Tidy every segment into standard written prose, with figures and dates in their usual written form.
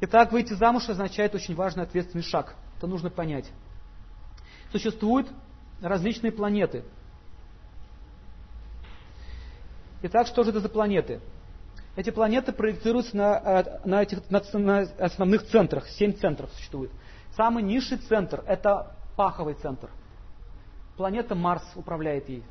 Итак, выйти замуж означает очень важный ответственный шаг. Это нужно понять. Существуют различные планеты. Итак, что же это за планеты? Эти планеты проецируются на основных центрах. 7 центров существует. Самый низший центр – это паховый центр. Планета Марс управляет ей.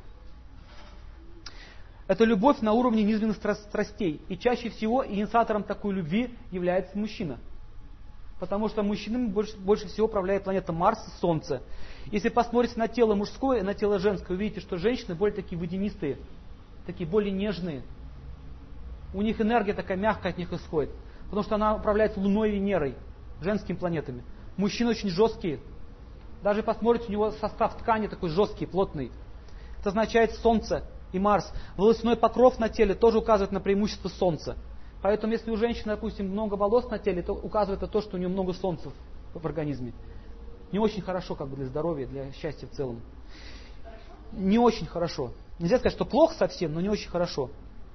Это любовь на уровне низменных страстей. И чаще всего инициатором такой любви является мужчина. Потому что мужчинами больше всего управляет планета Марс и Солнце. Если посмотрите на тело мужское и на тело женское, увидите, что женщины более такие водянистые, такие более нежные. У них энергия такая мягкая от них исходит. Потому что она управляется Луной и Венерой, женскими планетами. Мужчины очень жесткие. Даже посмотрите, у него состав ткани такой жесткий, плотный. Это означает Солнце и Марс. Волосяной покров на теле тоже указывает на преимущество Солнца. Поэтому если у женщины, допустим, много волос на теле, то указывает на то, что у нее много Солнца в организме. Не очень хорошо для здоровья, для счастья в целом. Не очень хорошо. Нельзя сказать, что плохо совсем, но не очень хорошо.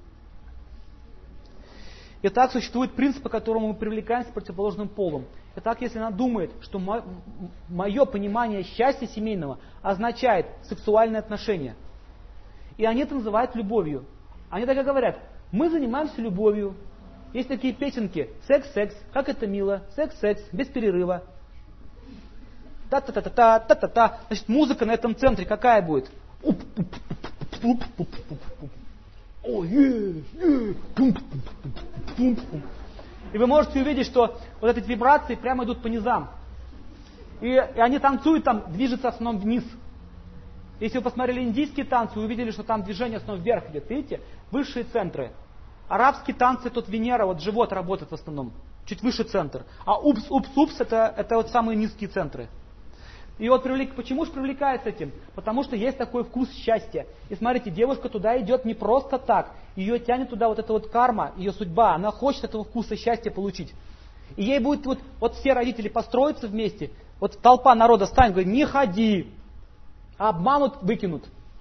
Итак, существует принцип, по которому мы привлекаемся к противоположным полам. Итак, если она думает, что мое понимание счастья семейного означает сексуальные отношения, и они это называют любовью. Они так и говорят: мы занимаемся любовью. Есть такие песенки: секс-секс, как это мило, секс-секс, без перерыва. Та-та-та-та-та, та-та-та. Значит, музыка на этом центре какая будет? И вы можете увидеть, что вот эти вибрации прямо идут по низам. И они танцуют, там движется в основном вниз. Если вы посмотрели индийские танцы, вы увидели, что там движение в основном вверх идет. Видите? Высшие центры. Арабские танцы, тут Венера, вот живот работает в основном. Чуть выше центр. А упс, это вот самые низкие центры. И вот почему же привлекается этим? Потому что есть такой вкус счастья. И смотрите, девушка туда идет не просто так. Ее тянет туда вот эта вот карма, ее судьба. Она хочет этого вкуса счастья получить. И ей будет вот все родители построятся вместе. Вот толпа народа станет, говорит: не ходи. Обманут, выкинут.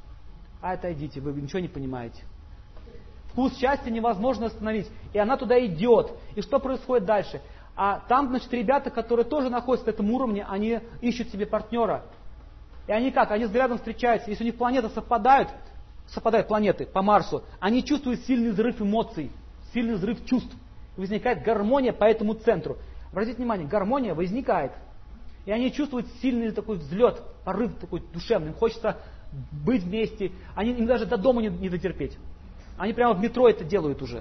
А отойдите, вы ничего не понимаете. Вкус счастья невозможно остановить. И она туда идет. И что происходит дальше? А там, значит, ребята, которые тоже находятся на этом уровне, они ищут себе партнера. И они как? Они взглядом встречаются. Если у них планеты совпадают планеты по Марсу, они чувствуют сильный взрыв эмоций, сильный взрыв чувств. И возникает гармония по этому центру. Обратите внимание, гармония возникает. И они чувствуют сильный такой взлет, порыв такой душевный. Им хочется быть вместе. Им даже до дома не дотерпеть. Они прямо в метро это делают уже.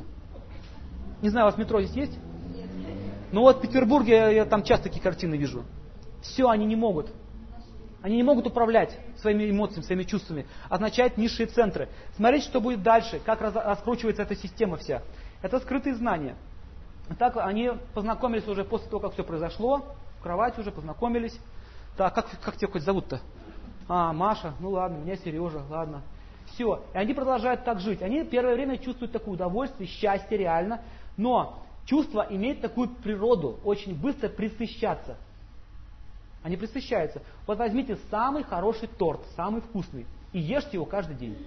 Не знаю, у вас метро здесь есть? Ну вот в Петербурге я там часто такие картины вижу. Все, они не могут. Они не могут управлять своими эмоциями, своими чувствами. Означает низшие центры. Смотрите, что будет дальше, как раскручивается эта система вся. Это скрытые знания. Так они познакомились уже после того, как все произошло. В кровати уже познакомились. Так, как тебя хоть зовут-то? Маша, ну ладно, меня Сережа, ладно. Все. И они продолжают так жить. Они первое время чувствуют такое удовольствие, счастье реально. Но чувство имеет такую природу, очень быстро пресыщаться. Они пресыщаются. Вот возьмите самый хороший торт, самый вкусный, и ешьте его каждый день.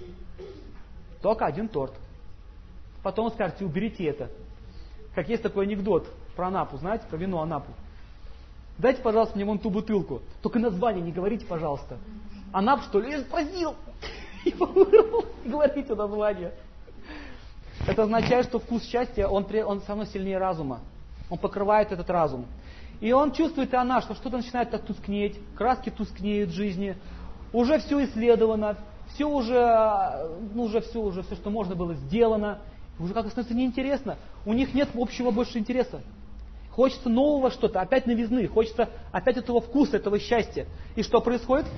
Только один торт. Потом скажете: уберите это. Как есть такой анекдот про Анапу, знаете, про вино Анапу. Дайте, пожалуйста, мне вон ту бутылку. Только название не говорите, пожалуйста. Анап, что ли? Я спросил. Говорите название. Это означает, что вкус счастья, он все равно сильнее разума. Он покрывает этот разум. И он чувствует, и она, что что-то начинает так тускнеть, краски тускнеют в жизни. Уже все исследовано, все, что можно было, сделано. Уже как-то становится неинтересно. У них нет общего больше интереса. Хочется нового что-то, опять новизны, хочется опять этого вкуса, этого счастья. И что происходит?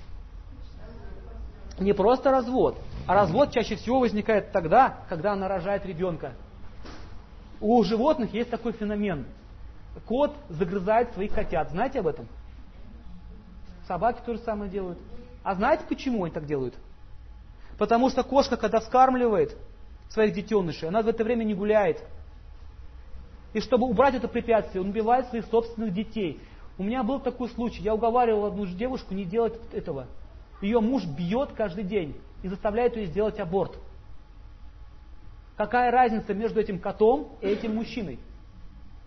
Не просто развод, а развод чаще всего возникает тогда, когда она рожает ребенка. У животных есть такой феномен. Кот загрызает своих котят. Знаете об этом? Собаки то же самое делают. А знаете, почему они так делают? Потому что кошка, когда вскармливает своих детенышей, она в это время не гуляет. И чтобы убрать это препятствие, он убивает своих собственных детей. У меня был такой случай. Я уговаривал одну девушку не делать этого. Ее муж бьет каждый день и заставляет ее сделать аборт. Какая разница между этим котом и этим мужчиной?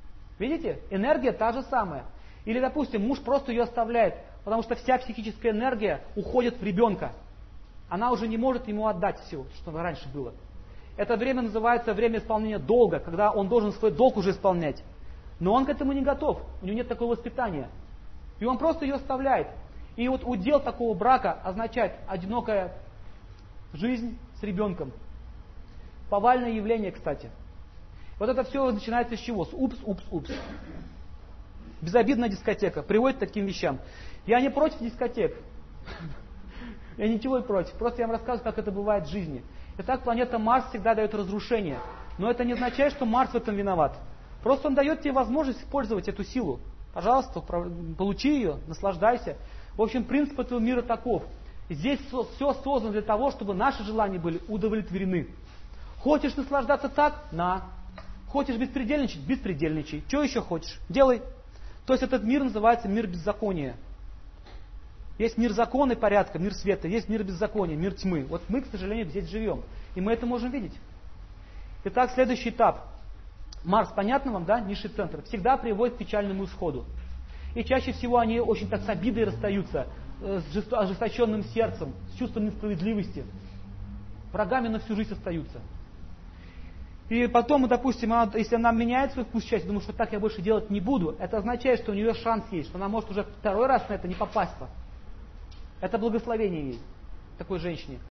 Видите? Энергия та же самая. Или, допустим, муж просто ее оставляет, потому что вся психическая энергия уходит в ребенка. Она уже не может ему отдать все, что раньше было. Это время называется время исполнения долга, когда он должен свой долг уже исполнять. Но он к этому не готов, у него нет такого воспитания. И он просто ее оставляет. И вот удел такого брака означает одинокая жизнь с ребенком. Повальное явление, кстати. Вот это все начинается с чего? С упс. Безобидная дискотека приводит к таким вещам. Я не против дискотек. Я ничего не против. Просто я вам рассказываю, как это бывает в жизни. Итак, планета Марс всегда дает разрушение. Но это не означает, что Марс в этом виноват. Просто он дает тебе возможность использовать эту силу. Пожалуйста, получи ее, наслаждайся. В общем, принцип этого мира таков. Здесь все создано для того, чтобы наши желания были удовлетворены. Хочешь наслаждаться так? На. Хочешь беспредельничать? Беспредельничай. Что еще хочешь? Делай. То есть этот мир называется мир беззакония. Есть мир закона и порядка, мир света, есть мир беззакония, мир тьмы. Вот мы, к сожалению, здесь живем. И мы это можем видеть. Итак, следующий этап. Марс, понятно вам, да? Низший центр. Всегда приводит к печальному исходу. И чаще всего они очень так с обидой расстаются, с ожесточенным сердцем, с чувством несправедливости. Врагами на всю жизнь остаются. И потом, допустим, если она меняет свой вкус счастья, думает, что так я больше делать не буду, это означает, что у нее шанс есть, что она может уже второй раз на это не попасть. Это благословение ей, такой женщине.